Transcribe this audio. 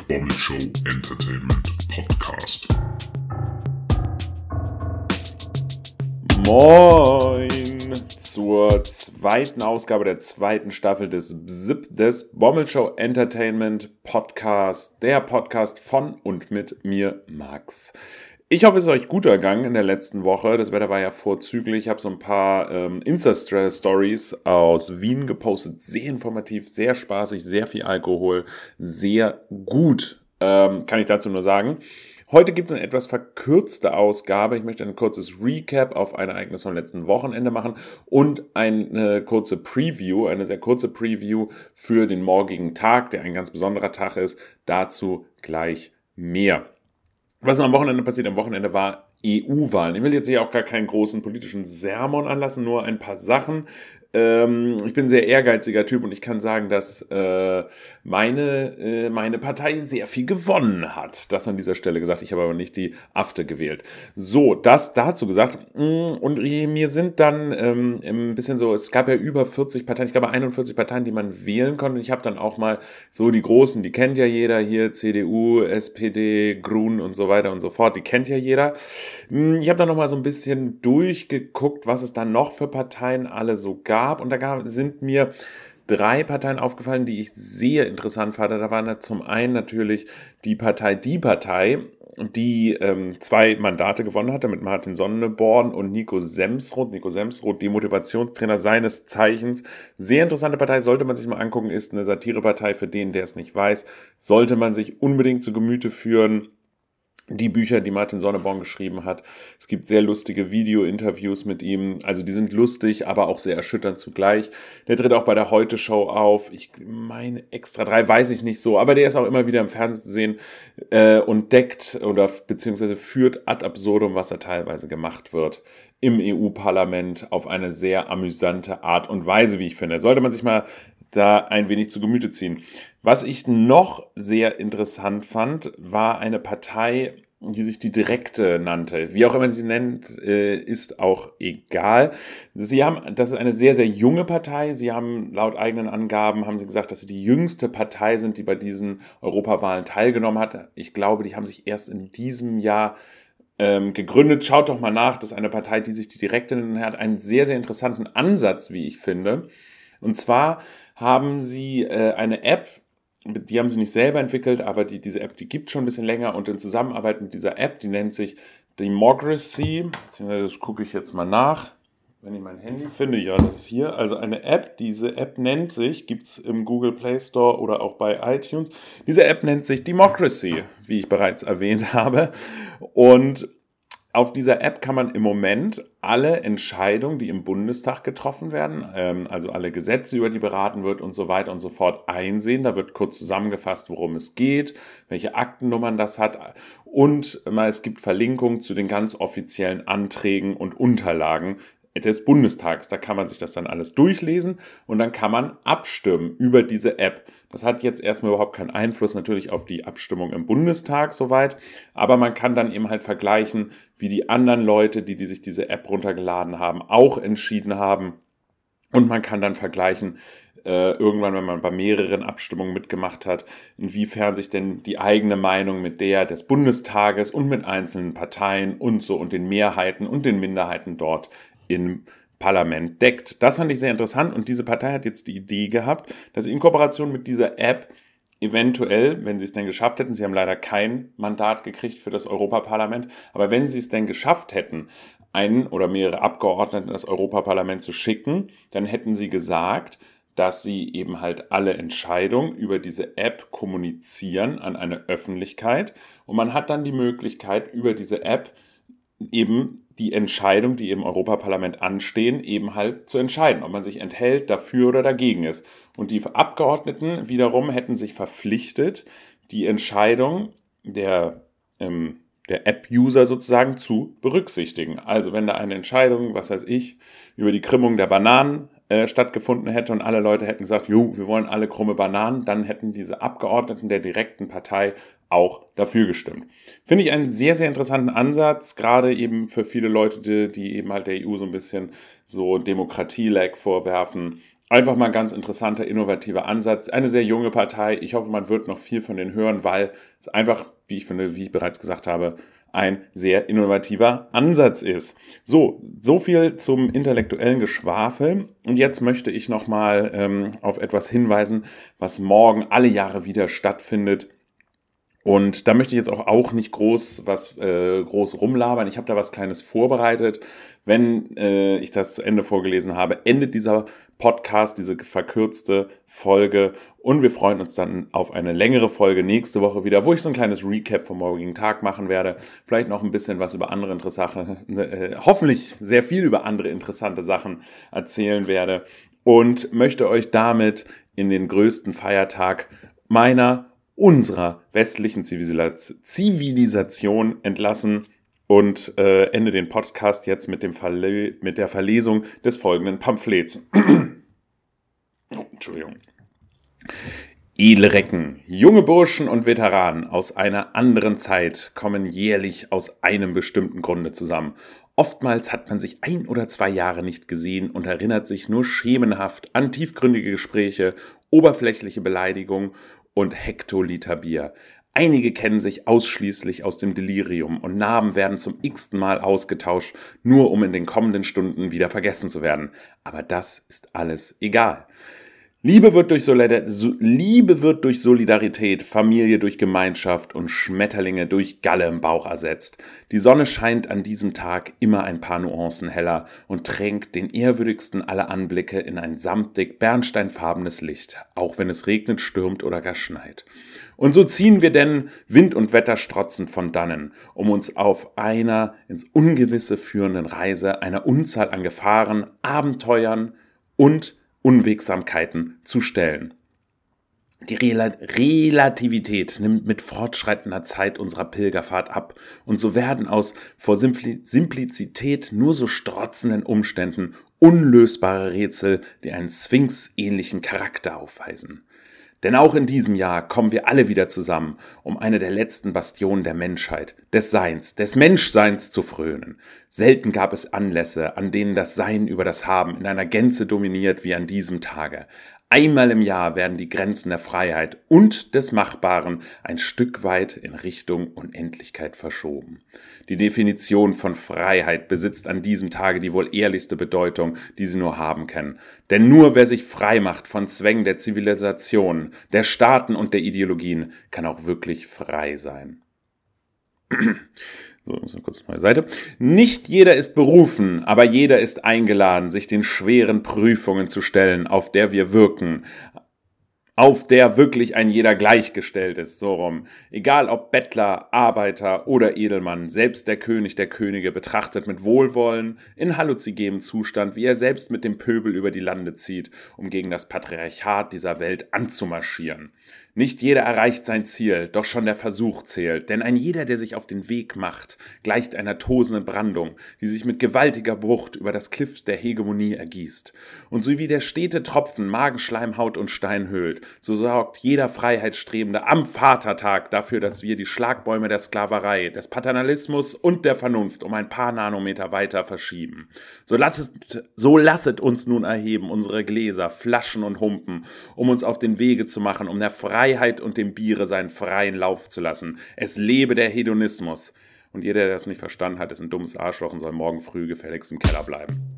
Bommel Show Entertainment Podcast. Moin zur zweiten Ausgabe der zweiten Staffel des BSIP, des Bommel Show Entertainment Podcast, der Podcast von und mit mir, Max. Ich hoffe, es ist euch gut ergangen in der letzten Woche. Das Wetter war ja vorzüglich. Ich habe so ein paar Insta-Stories aus Wien gepostet. Sehr informativ, sehr spaßig, sehr viel Alkohol, sehr gut, kann ich dazu nur sagen. Heute gibt es eine etwas verkürzte Ausgabe. Ich möchte ein kurzes Recap auf ein Ereignis vom letzten Wochenende machen und eine kurze Preview, eine sehr kurze Preview für den morgigen Tag, der ein ganz besonderer Tag ist. Dazu gleich mehr. Was am Wochenende passiert? Am Wochenende war EU-Wahlen. Ich will jetzt hier auch gar keinen großen politischen Sermon anlassen, nur ein paar Sachen. Ich bin ein sehr ehrgeiziger Typ und ich kann sagen, dass meine Partei sehr viel gewonnen hat. Das an dieser Stelle gesagt. Ich habe aber nicht die AfD gewählt. So, das dazu gesagt. Und mir sind dann ein bisschen so, es gab ja über 40 Parteien, ich glaube 41 Parteien, die man wählen konnte. Ich habe dann auch mal so die großen, die kennt ja jeder hier, CDU, SPD, Grün und so weiter und so fort, die kennt ja jeder. Ich habe dann noch mal so ein bisschen durchgeguckt, was es dann noch für Parteien alle so gab. Und da sind mir 3 Parteien aufgefallen, die ich sehr interessant fand. Da waren zum einen natürlich die Partei, die 2 Mandate gewonnen hatte mit Martin Sonneborn und Nico Semsrott. Nico Semsrott, die Motivationstrainer seines Zeichens. Sehr interessante Partei, sollte man sich mal angucken, ist eine Satirepartei für den, der es nicht weiß. Sollte man sich unbedingt zu Gemüte führen. Die Bücher, die Martin Sonneborn geschrieben hat. Es gibt sehr lustige Video-Interviews mit ihm. Also die sind lustig, aber auch sehr erschütternd zugleich. Der tritt auch bei der Heute-Show auf. Ich meine, Extra 3 weiß ich nicht so. Aber der ist auch immer wieder im Fernsehen zu sehen und deckt oder beziehungsweise führt ad absurdum, was da teilweise gemacht wird im EU-Parlament auf eine sehr amüsante Art und Weise, wie ich finde. Sollte man sich mal da ein wenig zu Gemüte ziehen. Was ich noch sehr interessant fand, war eine Partei, die sich die Direkte nannte. Wie auch immer sie nennt, ist auch egal. Das ist eine sehr, sehr junge Partei. Sie haben laut eigenen Angaben, haben sie gesagt, dass sie die jüngste Partei sind, die bei diesen Europawahlen teilgenommen hat. Ich glaube, die haben sich erst in diesem Jahr gegründet. Schaut doch mal nach. Das ist eine Partei, die sich die Direkte nennt, hat einen sehr, sehr interessanten Ansatz, wie ich finde. Und zwar haben sie eine App, die haben sie nicht selber entwickelt, aber diese App, die gibt es schon ein bisschen länger und in Zusammenarbeit mit dieser App, die nennt sich Democracy, das gucke ich jetzt mal nach, wenn ich mein Handy finde, ja, das ist hier, also eine App, diese App nennt sich, gibt es im Google Play Store oder auch bei iTunes, diese App nennt sich Democracy, wie ich bereits erwähnt habe, und auf dieser App kann man im Moment alle Entscheidungen, die im Bundestag getroffen werden, also alle Gesetze, über die beraten wird und so weiter und so fort, einsehen. Da wird kurz zusammengefasst, worum es geht, welche Aktennummern das hat und es gibt Verlinkungen zu den ganz offiziellen Anträgen und Unterlagen des Bundestags. Da kann man sich das dann alles durchlesen und dann kann man abstimmen über diese App. Das hat jetzt erstmal überhaupt keinen Einfluss natürlich auf die Abstimmung im Bundestag soweit, aber man kann dann eben halt vergleichen, wie die anderen Leute, die sich diese App runtergeladen haben, auch entschieden haben und man kann dann vergleichen, irgendwann, wenn man bei mehreren Abstimmungen mitgemacht hat, inwiefern sich denn die eigene Meinung mit der des Bundestages und mit einzelnen Parteien und so und den Mehrheiten und den Minderheiten dort im Parlament deckt. Das fand ich sehr interessant und diese Partei hat jetzt die Idee gehabt, dass sie in Kooperation mit dieser App eventuell, wenn sie es denn geschafft hätten, sie haben leider kein Mandat gekriegt für das Europaparlament, aber wenn sie es denn geschafft hätten, einen oder mehrere Abgeordnete in das Europaparlament zu schicken, dann hätten sie gesagt, dass sie eben halt alle Entscheidungen über diese App kommunizieren an eine Öffentlichkeit und man hat dann die Möglichkeit, über diese App eben die Entscheidung, die im Europaparlament anstehen, eben halt zu entscheiden, ob man sich enthält, dafür oder dagegen ist. Und die Abgeordneten wiederum hätten sich verpflichtet, die Entscheidung der App-User sozusagen zu berücksichtigen. Also wenn da eine Entscheidung, was weiß ich, über die Krümmung der Bananen stattgefunden hätte und alle Leute hätten gesagt, wir wollen alle krumme Bananen, dann hätten diese Abgeordneten der direkten Partei auch dafür gestimmt. Finde ich einen sehr, sehr interessanten Ansatz, gerade eben für viele Leute, die eben halt der EU so ein bisschen so Demokratie-Lag vorwerfen. Einfach mal ein ganz interessanter, innovativer Ansatz. Eine sehr junge Partei. Ich hoffe, man wird noch viel von denen hören, weil es einfach, wie ich finde, wie ich bereits gesagt habe, ein sehr innovativer Ansatz ist. So viel zum intellektuellen Geschwafel. Und jetzt möchte ich nochmal auf etwas hinweisen, was morgen alle Jahre wieder stattfindet. Und da möchte ich jetzt auch nicht groß rumlabern. Ich habe da was Kleines vorbereitet. Wenn ich das zu Ende vorgelesen habe, endet dieser Podcast, diese verkürzte Folge. Und wir freuen uns dann auf eine längere Folge nächste Woche wieder, wo ich so ein kleines Recap vom morgigen Tag machen werde. Vielleicht noch ein bisschen was über andere interessante, hoffentlich sehr viel über andere interessante Sachen erzählen werde. Und möchte euch damit in den größten Feiertag unserer westlichen Zivilisation entlassen und ende den Podcast jetzt mit der Verlesung des folgenden Pamphlets. Entschuldigung. Edle Recken, junge Burschen und Veteranen aus einer anderen Zeit kommen jährlich aus einem bestimmten Grunde zusammen. Oftmals hat man sich 1 oder 2 Jahre nicht gesehen und erinnert sich nur schemenhaft an tiefgründige Gespräche, oberflächliche Beleidigungen und Hektoliter Bier. Einige kennen sich ausschließlich aus dem Delirium und Namen werden zum x-ten Mal ausgetauscht, nur um in den kommenden Stunden wieder vergessen zu werden. Aber das ist alles egal. Liebe wird durch Solidarität, Familie durch Gemeinschaft und Schmetterlinge durch Galle im Bauch ersetzt. Die Sonne scheint an diesem Tag immer ein paar Nuancen heller und tränkt den ehrwürdigsten aller Anblicke in ein samtig bernsteinfarbenes Licht, auch wenn es regnet, stürmt oder gar schneit. Und so ziehen wir denn Wind und Wetter strotzend von dannen, um uns auf einer ins Ungewisse führenden Reise einer Unzahl an Gefahren, Abenteuern und Unwegsamkeiten zu stellen. Die Relativität nimmt mit fortschreitender Zeit unserer Pilgerfahrt ab und so werden aus vor Simplizität nur so strotzenden Umständen unlösbare Rätsel, die einen Sphinx-ähnlichen Charakter aufweisen. Denn auch in diesem Jahr kommen wir alle wieder zusammen, um eine der letzten Bastionen der Menschheit, des Seins, des Menschseins zu frönen. Selten gab es Anlässe, an denen das Sein über das Haben in einer Gänze dominiert wie an diesem Tage. Einmal im Jahr werden die Grenzen der Freiheit und des Machbaren ein Stück weit in Richtung Unendlichkeit verschoben. Die Definition von Freiheit besitzt an diesem Tage die wohl ehrlichste Bedeutung, die sie nur haben können. Denn nur wer sich frei macht von Zwängen der Zivilisation, der Staaten und der Ideologien, kann auch wirklich frei sein. So, muss mal kurz eine neue Seite. Nicht jeder ist berufen, aber jeder ist eingeladen, sich den schweren Prüfungen zu stellen, auf der wir wirken, auf der wirklich ein jeder gleichgestellt ist, so rum. Egal ob Bettler, Arbeiter oder Edelmann, selbst der König der Könige betrachtet mit Wohlwollen, in halluzigem Zustand, wie er selbst mit dem Pöbel über die Lande zieht, um gegen das Patriarchat dieser Welt anzumarschieren. Nicht jeder erreicht sein Ziel, doch schon der Versuch zählt, denn ein jeder, der sich auf den Weg macht, gleicht einer tosenden Brandung, die sich mit gewaltiger Wucht über das Kliff der Hegemonie ergießt. Und so wie der stete Tropfen Magenschleimhaut und Stein höhlt, so sorgt jeder Freiheitsstrebende am Vatertag dafür, dass wir die Schlagbäume der Sklaverei, des Paternalismus und der Vernunft um ein paar Nanometer weiter verschieben. So lasset uns nun erheben unsere Gläser, Flaschen und Humpen, um uns auf den Wege zu machen, um der Freiheit und dem Biere seinen freien Lauf zu lassen. Es lebe der Hedonismus. Und jeder, der das nicht verstanden hat, ist ein dummes Arschloch und soll morgen früh gefälligst im Keller bleiben.